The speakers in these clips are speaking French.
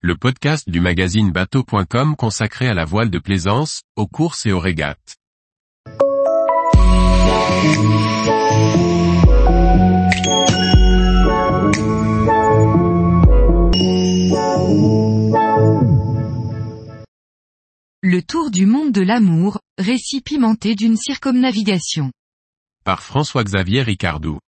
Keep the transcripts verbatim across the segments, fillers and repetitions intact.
le podcast du magazine bateau point com consacré à la voile de plaisance, aux courses et aux régates. Le tour du monde de l'amour, récit pimenté d'une circumnavigation. Par François-Xavier Ricardou.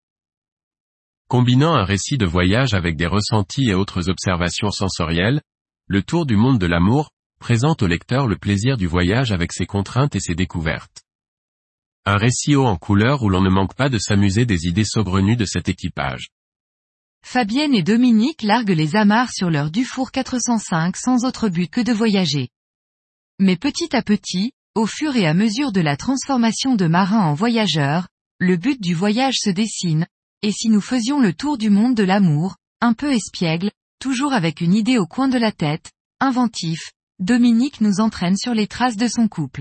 Combinant un récit de voyage avec des ressentis et autres observations sensorielles, le tour du monde de l'amour présente au lecteur le plaisir du voyage avec ses contraintes et ses découvertes. Un récit haut en couleurs où l'on ne manque pas de s'amuser des idées saugrenues de cet équipage. Fabienne et Dominique larguent les amarres sur leur Dufour quatre cent cinq sans autre but que de voyager. Mais petit à petit, au fur et à mesure de la transformation de marins en voyageurs, le but du voyage se dessine. Et si nous faisions le tour du monde de l'amour, un peu espiègle, toujours avec une idée au coin de la tête, inventif, Dominique nous entraîne sur les traces de son couple.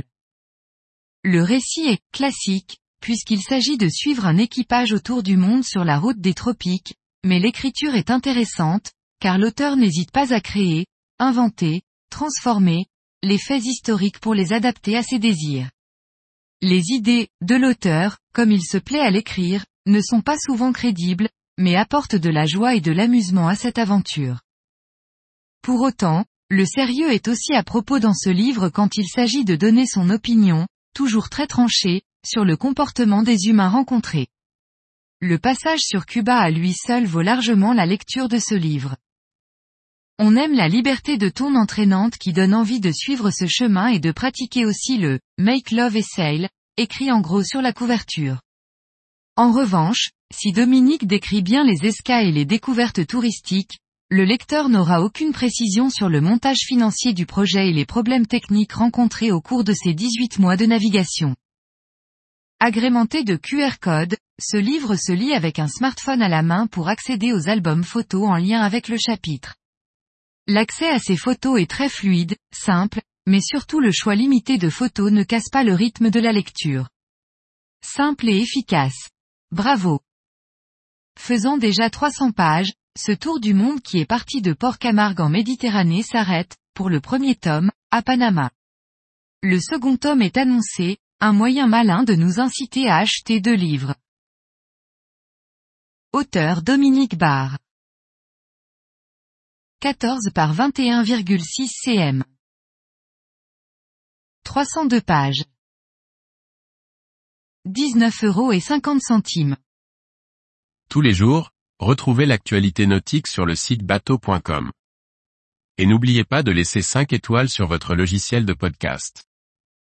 Le récit est classique, puisqu'il s'agit de suivre un équipage autour du monde sur la route des tropiques, mais l'écriture est intéressante, car l'auteur n'hésite pas à créer, inventer, transformer, les faits historiques pour les adapter à ses désirs. Les idées, de l'auteur, comme il se plaît à l'écrire, ne sont pas souvent crédibles, mais apportent de la joie et de l'amusement à cette aventure. Pour autant, le sérieux est aussi à propos dans ce livre quand il s'agit de donner son opinion, toujours très tranchée, sur le comportement des humains rencontrés. Le passage sur Cuba à lui seul vaut largement la lecture de ce livre. On aime la liberté de ton entraînante qui donne envie de suivre ce chemin et de pratiquer aussi le « Make Love et Sail », écrit en gros sur la couverture. En revanche, si Dominique décrit bien les escas et les découvertes touristiques, le lecteur n'aura aucune précision sur le montage financier du projet et les problèmes techniques rencontrés au cours de ces dix-huit mois de navigation. Agrémenté de Q R codes, ce livre se lit avec un smartphone à la main pour accéder aux albums photos en lien avec le chapitre. L'accès à ces photos est très fluide, simple, mais surtout le choix limité de photos ne casse pas le rythme de la lecture. Simple et efficace. Bravo. Faisant déjà trois cents pages, ce tour du monde qui est parti de Port-Camargue en Méditerranée s'arrête, pour le premier tome, à Panama. Le second tome est annoncé, un moyen malin de nous inciter à acheter deux livres. Auteur Dominique Barre. quatorze par vingt et un virgule six cm. trois cent deux pages. dix-neuf euros et cinquante centimes. Tous les jours, retrouvez l'actualité nautique sur le site bateau point com. Et n'oubliez pas de laisser cinq étoiles sur votre logiciel de podcast.